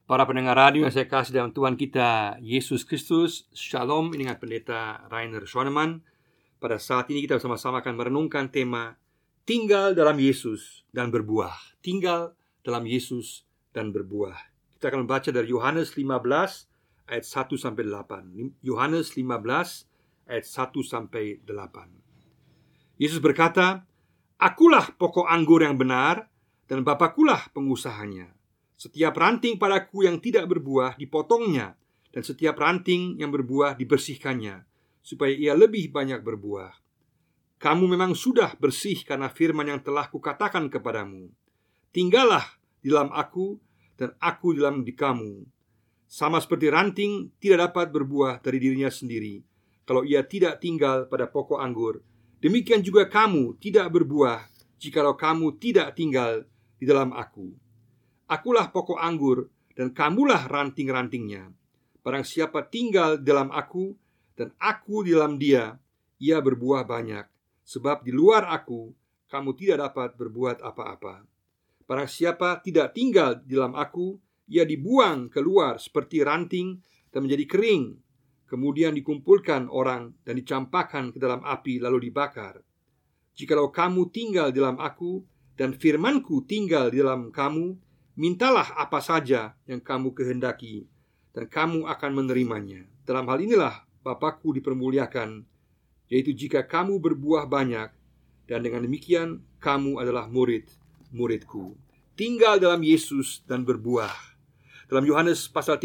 Para pendengar radio yang saya kasih dalam Tuhan kita Yesus Kristus, Shalom. Ini dengan Pendeta Rainer Schoenemann. Pada saat ini kita bersama-sama akan merenungkan tema tinggal dalam Yesus dan berbuah. Tinggal dalam Yesus dan berbuah. Kita akan membaca dari Yohanes 15 ayat 1-8. Yohanes 15 ayat 1-8. Yesus berkata, "Akulah pokok anggur yang benar, dan Bapakulah pengusahanya. Setiap ranting padaku yang tidak berbuah dipotongnya, dan setiap ranting yang berbuah dibersihkannya, supaya ia lebih banyak berbuah. Kamu memang sudah bersih karena firman yang telah kukatakan kepadamu. Tinggallah di dalam aku, dan aku di dalam kamu. Sama seperti ranting tidak dapat berbuah dari dirinya sendiri kalau ia tidak tinggal pada pokok anggur, demikian juga kamu tidak berbuah jikalau kamu tidak tinggal di dalam aku. Akulah pokok anggur, dan kamulah ranting-rantingnya. Barang siapa tinggal dalam aku, dan aku di dalam dia, ia berbuah banyak. Sebab di luar aku, kamu tidak dapat berbuat apa-apa. Barang siapa tidak tinggal di dalam aku, ia dibuang keluar seperti ranting dan menjadi kering. Kemudian dikumpulkan orang dan dicampakkan ke dalam api lalu dibakar. Jikalau kamu tinggal di dalam aku, dan firmanku tinggal di dalam kamu, mintalah apa saja yang kamu kehendaki, dan kamu akan menerimanya. Dalam hal inilah Bapakku dipermuliakan, yaitu jika kamu berbuah banyak, dan dengan demikian kamu adalah murid-muridku." Tinggal dalam Yesus dan berbuah. Dalam Yohanes pasal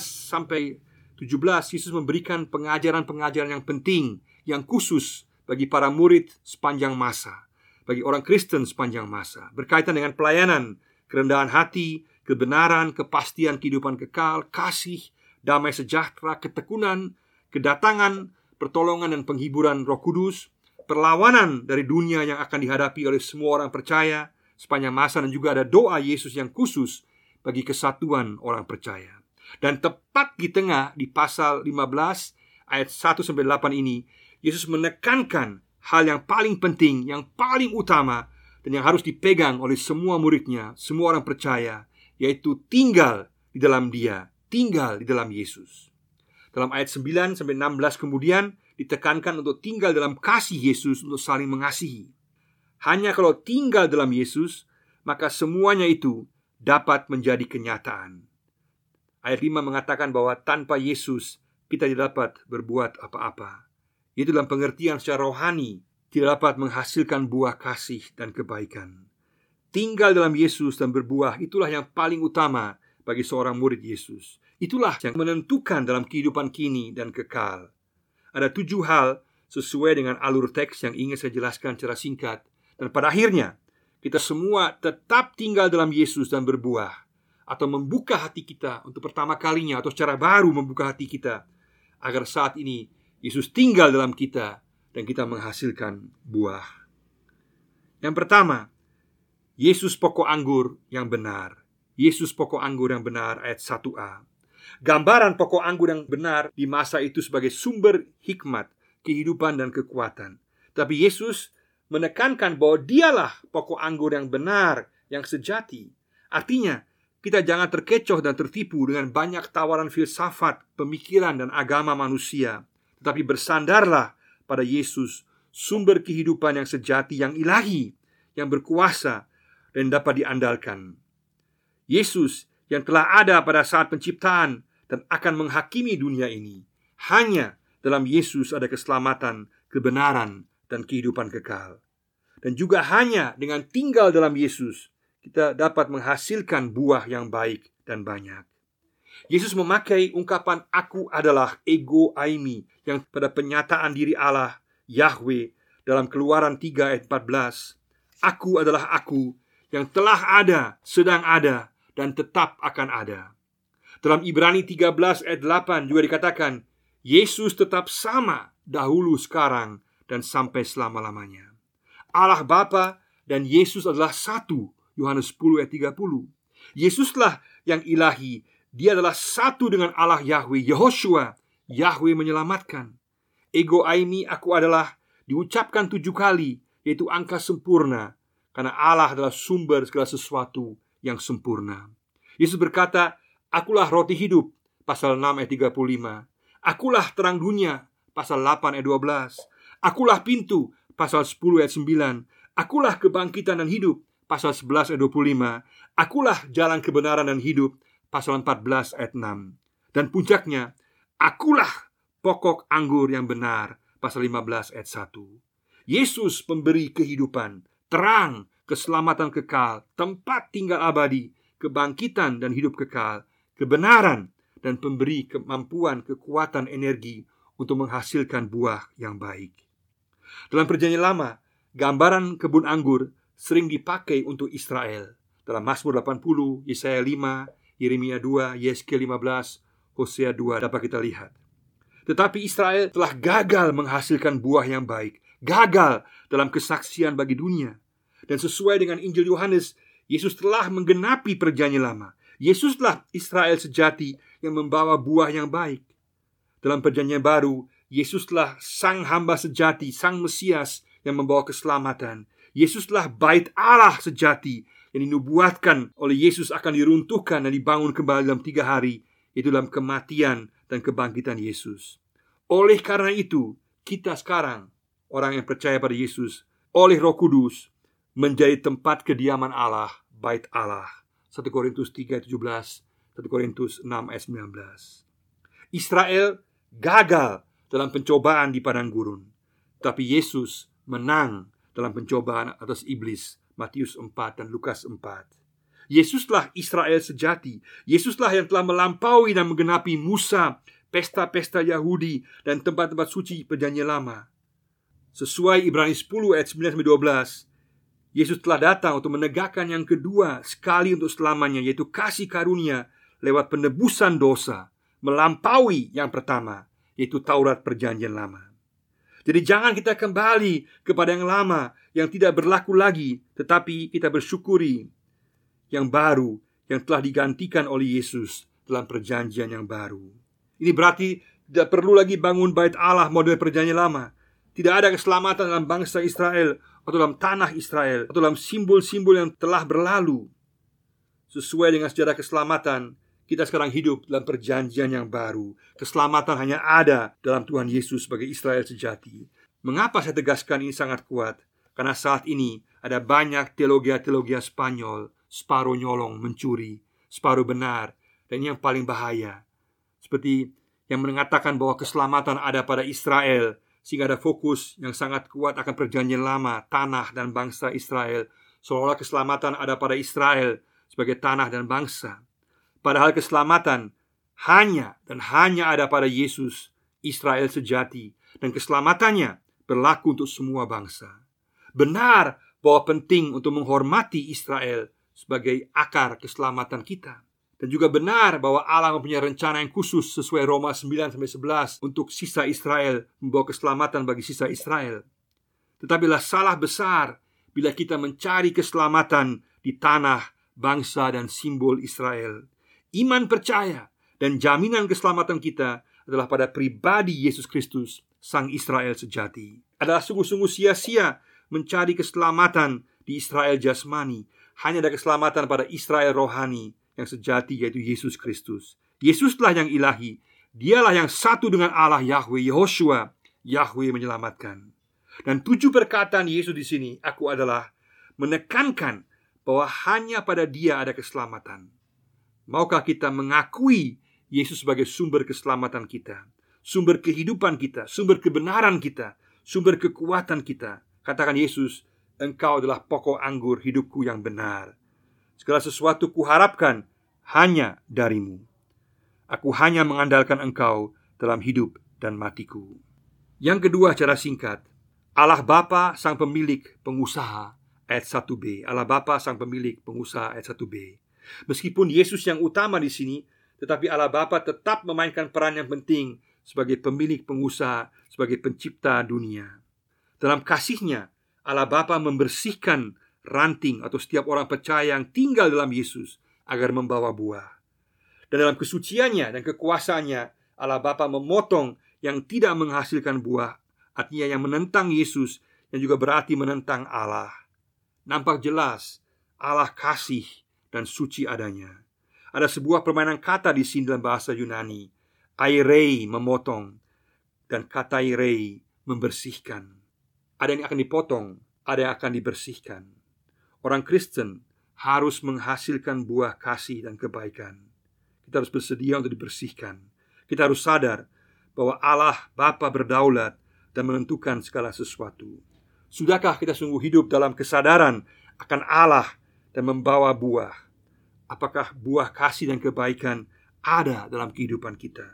13-17, Yesus memberikan pengajaran-pengajaran yang penting, yang khusus bagi para murid sepanjang masa, bagi orang Kristen sepanjang masa, berkaitan dengan pelayanan, kerendahan hati, kebenaran, kepastian kehidupan kekal, kasih, damai sejahtera, ketekunan, kedatangan, pertolongan dan penghiburan Roh Kudus, perlawanan dari dunia yang akan dihadapi oleh semua orang percaya sepanjang masa, dan juga ada doa Yesus yang khusus bagi kesatuan orang percaya. Dan tepat di tengah, di pasal 15 ayat 1-8 ini, Yesus menekankan hal yang paling penting, yang paling utama, dan yang harus dipegang oleh semua muridnya, semua orang percaya, yaitu tinggal di dalam dia, tinggal di dalam Yesus. Dalam ayat 9-16 kemudian ditekankan untuk tinggal dalam kasih Yesus, untuk saling mengasihi. Hanya kalau tinggal dalam Yesus, maka semuanya itu dapat menjadi kenyataan. Ayat 5 mengatakan bahwa tanpa Yesus kita tidak dapat berbuat apa-apa. Itu dalam pengertian secara rohani, tidak dapat menghasilkan buah kasih dan kebaikan. Tinggal dalam Yesus dan berbuah, itulah yang paling utama bagi seorang murid Yesus. Itulah yang menentukan dalam kehidupan kini dan kekal. Ada 7 hal sesuai dengan alur teks yang ingin saya jelaskan secara singkat. Dan pada akhirnya, kita semua tetap tinggal dalam Yesus dan berbuah, atau membuka hati kita untuk pertama kalinya, atau secara baru membuka hati kita, agar saat ini Yesus tinggal dalam kita dan kita menghasilkan buah. Yang pertama, Yesus pokok anggur yang benar. Yesus pokok anggur yang benar, ayat 1a. Gambaran pokok anggur yang benar di masa itu sebagai sumber hikmat, kehidupan dan kekuatan. Tapi Yesus menekankan bahwa dialah pokok anggur yang benar, yang sejati. Artinya, kita jangan terkecoh dan tertipu dengan banyak tawaran filsafat, pemikiran dan agama manusia, tetapi bersandarlah pada Yesus, sumber kehidupan yang sejati, yang ilahi, yang berkuasa dan dapat diandalkan. Yesus yang telah ada pada saat penciptaan dan akan menghakimi dunia ini. Hanya dalam Yesus ada keselamatan, kebenaran dan kehidupan kekal. Dan juga hanya dengan tinggal dalam Yesus kita dapat menghasilkan buah yang baik dan banyak. Yesus memakai ungkapan "aku adalah", ego aimi, yang pada penyataan diri Allah Yahweh dalam Keluaran 3 ayat 14. Aku adalah aku yang telah ada, sedang ada, dan tetap akan ada. Dalam Ibrani 13 ayat 8 juga dikatakan Yesus tetap sama dahulu, sekarang, dan sampai selama-lamanya. Allah Bapa dan Yesus adalah satu. Yohanes 10 ayat 30. Yesuslah yang ilahi. Dia adalah satu dengan Allah Yahweh, Yehoshua, Yahweh menyelamatkan. Ego aimi, aku adalah, diucapkan 7 kali, yaitu angka sempurna, karena Allah adalah sumber segala sesuatu yang sempurna. Yesus berkata, Akulah roti hidup, pasal 6 ayat 35. Akulah terang dunia, pasal 8 ayat 12. Akulah pintu, pasal 10 ayat 9. Akulah kebangkitan dan hidup, pasal 11 ayat 25. Akulah jalan kebenaran dan hidup, pasal 14 ayat 6. Dan puncaknya, akulah pokok anggur yang benar, pasal 15 ayat 1. Yesus pemberi kehidupan, terang, keselamatan kekal, tempat tinggal abadi, kebangkitan dan hidup kekal, kebenaran, dan pemberi kemampuan, kekuatan, energi untuk menghasilkan buah yang baik. Dalam Perjanjian Lama, gambaran kebun anggur sering dipakai untuk Israel. Dalam Mazmur 80, Yesaya 5, Yeremia 2, Yeskel 15, Hosea 2 dapat kita lihat. Tetapi Israel telah gagal menghasilkan buah yang baik, gagal dalam kesaksian bagi dunia. Dan sesuai dengan Injil Yohanes, Yesus telah menggenapi Perjanjian Lama. Yesuslah Israel sejati yang membawa buah yang baik. Dalam Perjanjian Baru, Yesuslah sang hamba sejati, sang Mesias yang membawa keselamatan. Yesuslah bait Allah sejati yang dinubuatkan oleh Yesus akan diruntuhkan dan dibangun kembali dalam 3 hari, yaitu dalam kematian dan kebangkitan Yesus. Oleh karena itu, kita sekarang, orang yang percaya pada Yesus, oleh Roh Kudus, menjadi tempat kediaman Allah, bait Allah. 1 Korintus 3 ayat 17, 1 Korintus 6 ayat 19. Israel gagal dalam pencobaan di padang gurun, tapi Yesus menang dalam pencobaan atas iblis. Matius 4 dan Lukas 4. Yesuslah Israel sejati. Yesuslah yang telah melampaui dan menggenapi Musa, pesta-pesta Yahudi, dan tempat-tempat suci Perjanjian Lama. Sesuai Ibrani 10 ayat 9-12, Yesus telah datang untuk menegakkan yang kedua sekali untuk selamanya, yaitu kasih karunia lewat penebusan dosa, melampaui yang pertama, yaitu Taurat Perjanjian Lama. Jadi jangan kita kembali kepada yang lama yang tidak berlaku lagi, tetapi kita bersyukuri yang baru yang telah digantikan oleh Yesus dalam perjanjian yang baru. Ini berarti tidak perlu lagi bangun bait Allah model Perjanjian Lama. Tidak ada keselamatan dalam bangsa Israel atau dalam tanah Israel atau dalam simbol-simbol yang telah berlalu. Sesuai dengan sejarah keselamatan, kita sekarang hidup dalam perjanjian yang baru. Keselamatan hanya ada dalam Tuhan Yesus sebagai Israel sejati. Mengapa saya tegaskan ini sangat kuat? Karena saat ini ada banyak teologi Spanyol, separuh nyolong, mencuri, separuh benar. Dan ini yang paling bahaya, seperti yang mengatakan bahwa keselamatan ada pada Israel, sehingga ada fokus yang sangat kuat akan Perjanjian Lama, tanah dan bangsa Israel, seolah-olah keselamatan ada pada Israel sebagai tanah dan bangsa. Padahal keselamatan hanya dan hanya ada pada Yesus, Israel sejati, dan keselamatannya berlaku untuk semua bangsa. Benar bahwa penting untuk menghormati Israel sebagai akar keselamatan kita. Dan juga benar bahwa Allah mempunyai rencana yang khusus sesuai Roma 9-11 untuk sisa Israel, membawa keselamatan bagi sisa Israel. Tetapilah salah besar bila kita mencari keselamatan di tanah, bangsa, dan simbol Israel. Iman percaya dan jaminan keselamatan kita adalah pada pribadi Yesus Kristus, Sang Israel sejati. Adalah sungguh-sungguh sia-sia mencari keselamatan di Israel jasmani. Hanya ada keselamatan pada Israel rohani yang sejati, yaitu Yesus Kristus. Yesuslah yang ilahi. Dialah yang satu dengan Allah Yahweh, Yehoshua, Yahweh menyelamatkan. Dan 7 perkataan Yesus di sini, aku adalah menekankan bahwa hanya pada Dia ada keselamatan. Maukah kita mengakui Yesus sebagai sumber keselamatan kita, sumber kehidupan kita, sumber kebenaran kita, sumber kekuatan kita? Katakan, Yesus, Engkau adalah pokok anggur hidupku yang benar. Segala sesuatu kuharapkan hanya dari-Mu. Aku hanya mengandalkan Engkau dalam hidup dan matiku. Yang kedua, cara singkat, Allah Bapa sang pemilik pengusaha, ayat 1b. Allah Bapa sang pemilik pengusaha, ayat 1b. Meskipun Yesus yang utama di sini, tetapi Allah Bapa tetap memainkan peran yang penting sebagai pemilik pengusaha, sebagai pencipta dunia. Dalam kasih-Nya, Allah Bapa membersihkan ranting atau setiap orang percaya yang tinggal dalam Yesus agar membawa buah. Dan dalam kesuciannya dan kekuasaannya, Allah Bapa memotong yang tidak menghasilkan buah, artinya yang menentang Yesus, yang juga berarti menentang Allah. Nampak jelas Allah kasih dan suci adanya. Ada sebuah permainan kata di sini dalam bahasa Yunani. Airei, memotong, dan katairei, membersihkan. Ada yang akan dipotong, ada yang akan dibersihkan. Orang Kristen harus menghasilkan buah kasih dan kebaikan. Kita harus bersedia untuk dibersihkan. Kita harus sadar bahwa Allah Bapa berdaulat dan menentukan segala sesuatu. Sudahkah kita sungguh hidup dalam kesadaran akan Allah dan membawa buah? Apakah buah kasih dan kebaikan ada dalam kehidupan kita?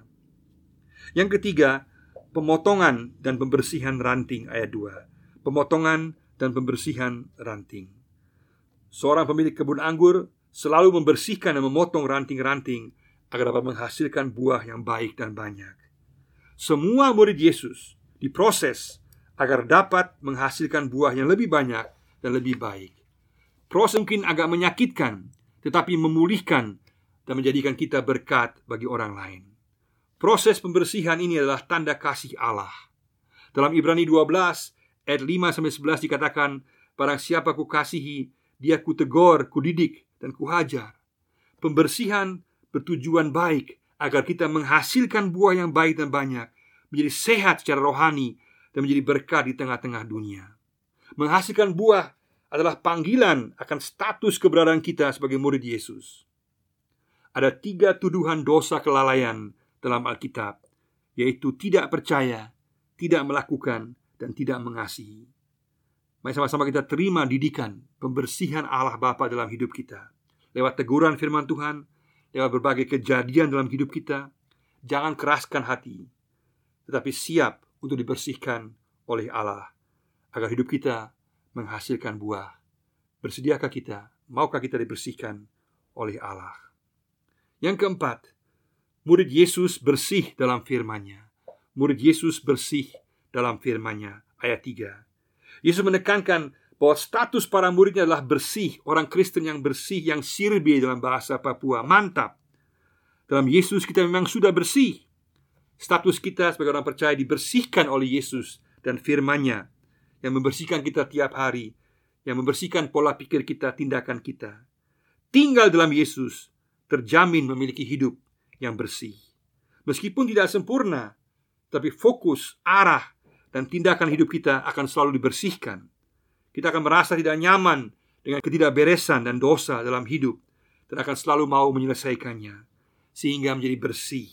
Yang ketiga, pemotongan dan pembersihan ranting, ayat 2. Pemotongan dan pembersihan ranting. Seorang pemilik kebun anggur selalu membersihkan dan memotong ranting-ranting agar dapat menghasilkan buah yang baik dan banyak. Semua murid Yesus diproses agar dapat menghasilkan buah yang lebih banyak dan lebih baik. Proses mungkin agak menyakitkan, tetapi memulihkan dan menjadikan kita berkat bagi orang lain. Proses pembersihan ini adalah tanda kasih Allah. Dalam Ibrani 12 ayat 5-11 dikatakan, barang siapa kukasihi, dia kutegur, kudidik, dan kuhajar. Pembersihan bertujuan baik agar kita menghasilkan buah yang baik dan banyak, menjadi sehat secara rohani, dan menjadi berkat di tengah-tengah dunia. Menghasilkan buah adalah panggilan akan status keberadaan kita sebagai murid Yesus. Ada 3 tuduhan dosa kelalaian dalam Alkitab, yaitu tidak percaya, tidak melakukan, dan tidak mengasihi. Mari sama-sama kita terima didikan pembersihan Allah Bapa dalam hidup kita. Lewat teguran firman Tuhan, lewat berbagai kejadian dalam hidup kita. Jangan keraskan hati, tetapi siap untuk dibersihkan oleh Allah agar hidup kita menghasilkan buah. Bersediakah kita? Maukah kita dibersihkan oleh Allah? Yang keempat, murid Yesus bersih dalam firman-Nya. Murid Yesus bersih dalam firman-Nya. Ayat 3. Yesus menekankan bahwa status para muridnya adalah bersih. Orang Kristen yang bersih, yang sirbe dalam bahasa Papua. Mantap. Dalam Yesus kita memang sudah bersih. Status kita sebagai orang percaya dibersihkan oleh Yesus dan firman-Nya, yang membersihkan kita tiap hari, yang membersihkan pola pikir kita, tindakan kita. Tinggal dalam Yesus terjamin memiliki hidup yang bersih. Meskipun tidak sempurna, tapi fokus, arah, dan tindakan hidup kita akan selalu dibersihkan. Kita akan merasa tidak nyaman dengan ketidakberesan dan dosa dalam hidup, dan akan selalu mau menyelesaikannya, sehingga menjadi bersih.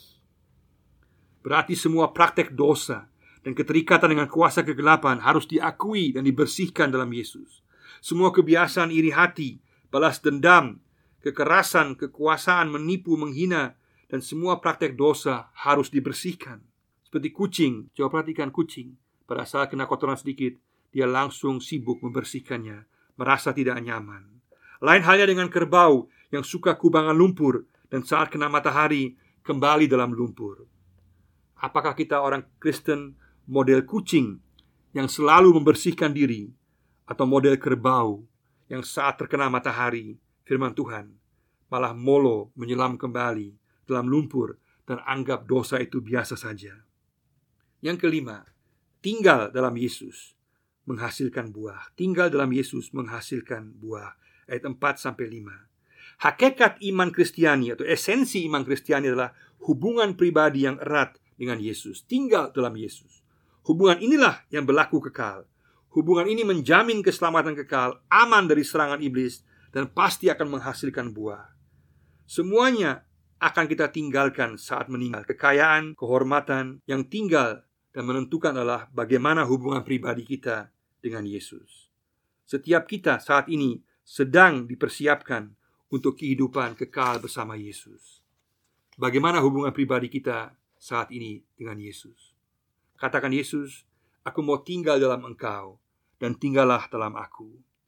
Berarti semua praktek dosa dan keterikatan dengan kuasa kegelapan harus diakui dan dibersihkan dalam Yesus. Semua kebiasaan iri hati, balas dendam, kekerasan, kekuasaan, menipu, menghina, dan semua praktek dosa harus dibersihkan. Seperti kucing, coba perhatikan kucing. Pada saat kena kotoran sedikit, dia langsung sibuk membersihkannya, merasa tidak nyaman. Lain halnya dengan kerbau yang suka kubangan lumpur dan saat kena matahari kembali dalam lumpur. Apakah kita orang Kristen model kucing yang selalu membersihkan diri, atau model kerbau yang saat terkena matahari firman Tuhan malah molo menyelam kembali dalam lumpur dan anggap dosa itu biasa saja? Yang kelima, tinggal dalam Yesus menghasilkan buah. Tinggal dalam Yesus menghasilkan buah. Ayat 4-5. Hakikat iman Kristiani atau esensi iman Kristiani adalah hubungan pribadi yang erat dengan Yesus. Tinggal dalam Yesus. Hubungan inilah yang berlaku kekal. Hubungan ini menjamin keselamatan kekal, aman dari serangan iblis, dan pasti akan menghasilkan buah. Semuanya akan kita tinggalkan saat meninggal. Kekayaan, kehormatan yang tinggal dan menentukan adalah bagaimana hubungan pribadi kita dengan Yesus. Setiap kita saat ini sedang dipersiapkan untuk kehidupan kekal bersama Yesus. Bagaimana hubungan pribadi kita saat ini dengan Yesus? Katakan, Yesus, aku mau tinggal dalam Engkau, dan tinggallah dalam aku.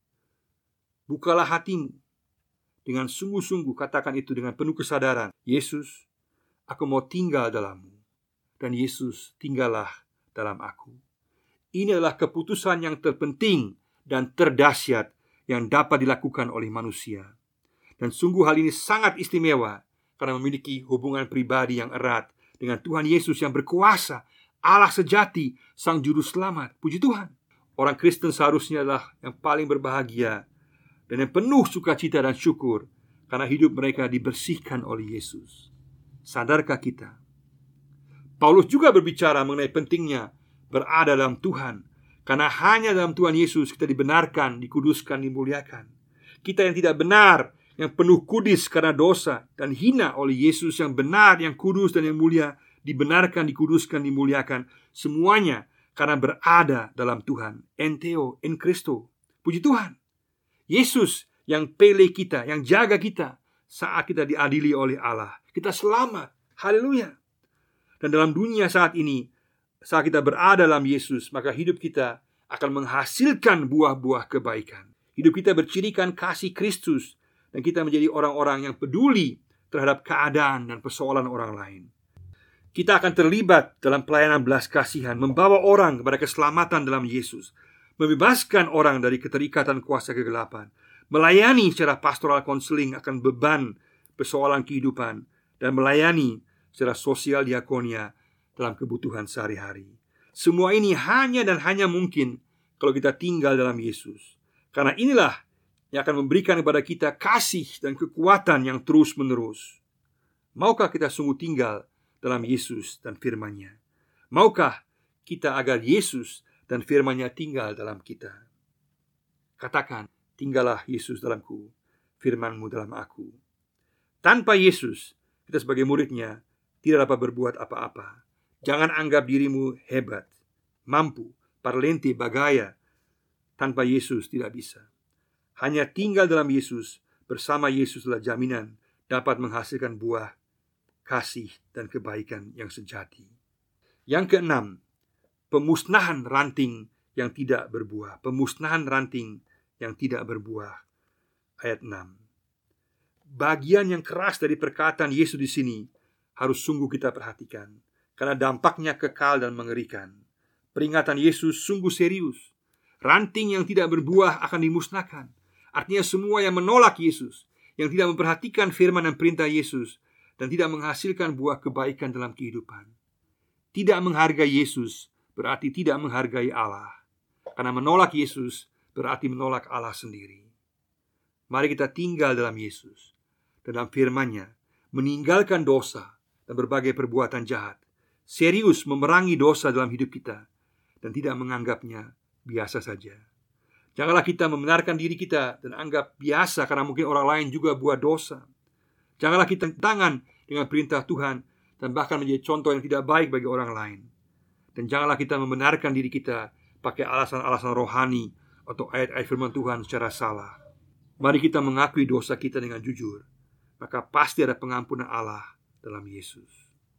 Bukalah hatimu. Dengan sungguh-sungguh katakan itu dengan penuh kesadaran. Yesus, aku mau tinggal dalam-Mu, dan Yesus, tinggallah dalam aku. Ini adalah keputusan yang terpenting dan terdahsyat yang dapat dilakukan oleh manusia. Dan sungguh hal ini sangat istimewa karena memiliki hubungan pribadi yang erat dengan Tuhan Yesus yang berkuasa, Allah sejati, Sang Juru Selamat. Puji Tuhan. Orang Kristen seharusnya adalah yang paling berbahagia dan yang penuh sukacita dan syukur karena hidup mereka dibersihkan oleh Yesus. Sadarkah kita? Paulus juga berbicara mengenai pentingnya berada dalam Tuhan, karena hanya dalam Tuhan Yesus kita dibenarkan, dikuduskan, dimuliakan. Kita yang tidak benar, yang penuh kudis karena dosa, dan hina oleh Yesus yang benar, yang kudus dan yang mulia, dibenarkan, dikuduskan, dimuliakan. Semuanya karena berada dalam Tuhan. Enteo, en Kristo. Puji Tuhan, Yesus yang pilih kita, yang jaga kita saat kita diadili oleh Allah. Kita selamat, haleluya. Dan dalam dunia saat ini, saat kita berada dalam Yesus, maka hidup kita akan menghasilkan buah-buah kebaikan. Hidup kita bercirikan kasih Kristus, dan kita menjadi orang-orang yang peduli terhadap keadaan dan persoalan orang lain. Kita akan terlibat dalam pelayanan belas kasihan, membawa orang kepada keselamatan dalam Yesus, membebaskan orang dari keterikatan kuasa kegelapan, melayani secara pastoral konseling akan beban persoalan kehidupan, dan melayani secara sosial diakonia dalam kebutuhan sehari-hari. Semua ini hanya dan hanya mungkin kalau kita tinggal dalam Yesus. Karena inilah yang akan memberikan kepada kita kasih dan kekuatan yang terus-menerus. Maukah kita sungguh tinggal dalam Yesus dan firman-Nya? Maukah kita agar Yesus dan firman-Nya tinggal dalam kita? Katakan, tinggallah Yesus dalamku, firman-Mu dalam aku. Tanpa Yesus, kita sebagai murid-Nya tidak dapat berbuat apa-apa. Jangan anggap dirimu hebat, mampu, parlente, bagaya. Tanpa Yesus tidak bisa. Hanya tinggal dalam Yesus, bersama Yesus adalah jaminan dapat menghasilkan buah kasih dan kebaikan yang sejati. Yang keenam, pemusnahan ranting yang tidak berbuah. Pemusnahan ranting yang tidak berbuah. Ayat 6. Bagian yang keras dari perkataan Yesus di sini harus sungguh kita perhatikan, karena dampaknya kekal dan mengerikan. Peringatan Yesus sungguh serius. Ranting yang tidak berbuah akan dimusnahkan. Artinya semua yang menolak Yesus, yang tidak memperhatikan firman dan perintah Yesus, dan tidak menghasilkan buah kebaikan dalam kehidupan. Tidak menghargai Yesus berarti tidak menghargai Allah. Karena menolak Yesus berarti menolak Allah sendiri. Mari kita tinggal dalam Yesus, dalam firman-Nya, meninggalkan dosa dan berbagai perbuatan jahat, serius memerangi dosa dalam hidup kita, dan tidak menganggapnya biasa saja. Janganlah kita membenarkan diri kita dan anggap biasa karena mungkin orang lain juga buat dosa. Janganlah kita tangan dengan perintah Tuhan dan bahkan menjadi contoh yang tidak baik bagi orang lain. Dan janganlah kita membenarkan diri kita pakai alasan-alasan rohani atau ayat-ayat firman Tuhan secara salah. Mari kita mengakui dosa kita dengan jujur, maka pasti ada pengampunan Allah dalam Yesus.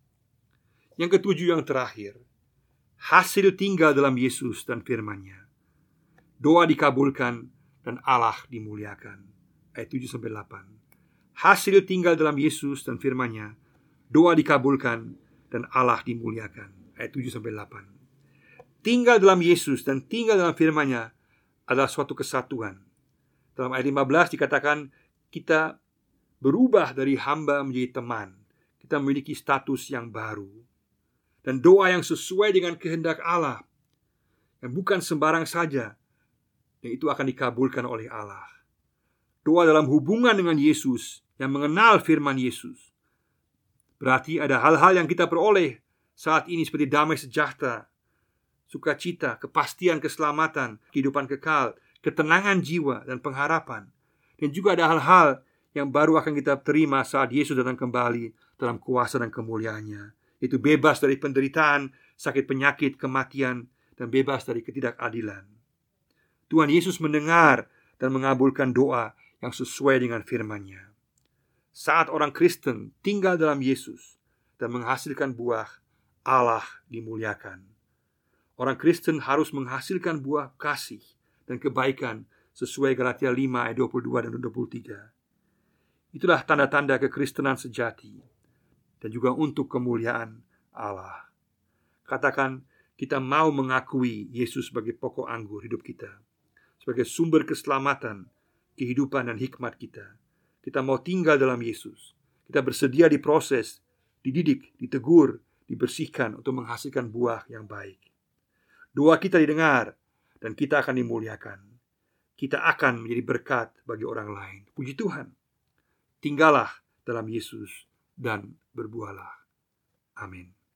Yang ketujuh, yang terakhir, hasil tinggal dalam Yesus dan firman-Nya. Doa dikabulkan dan Allah dimuliakan. Ayat 7-8. Hasil tinggal dalam Yesus dan firman-Nya, doa dikabulkan dan Allah dimuliakan. Ayat 7-8. Tinggal dalam Yesus dan tinggal dalam firman-Nya adalah suatu kesatuan. Dalam ayat 15 dikatakan kita berubah dari hamba menjadi teman. Kita memiliki status yang baru. Dan doa yang sesuai dengan kehendak Allah, yang bukan sembarang saja, yang itu akan dikabulkan oleh Allah. Doa dalam hubungan dengan Yesus, yang mengenal firman Yesus, berarti ada hal-hal yang kita peroleh saat ini seperti damai sejahtera, sukacita, kepastian keselamatan, kehidupan kekal, ketenangan jiwa dan pengharapan. Dan juga ada hal-hal yang baru akan kita terima saat Yesus datang kembali dalam kuasa dan kemuliaannya. Itu bebas dari penderitaan, sakit penyakit, kematian, dan bebas dari ketidakadilan. Tuhan Yesus mendengar dan mengabulkan doa yang sesuai dengan firman-Nya. Saat orang Kristen tinggal dalam Yesus dan menghasilkan buah, Allah dimuliakan. Orang Kristen harus menghasilkan buah kasih dan kebaikan sesuai Galatia 5 ayat 22 dan 23. Itulah tanda-tanda kekristenan sejati dan juga untuk kemuliaan Allah. Katakan, kita mau mengakui Yesus sebagai pokok anggur hidup kita, sebagai sumber keselamatan, kehidupan dan hikmat kita. Kita mau tinggal dalam Yesus. Kita bersedia diproses, dididik, ditegur, dibersihkan untuk menghasilkan buah yang baik. Doa kita didengar dan kita akan dimuliakan. Kita akan menjadi berkat bagi orang lain. Puji Tuhan. tinggallah dalam Yesus dan berbuahlah. Amin.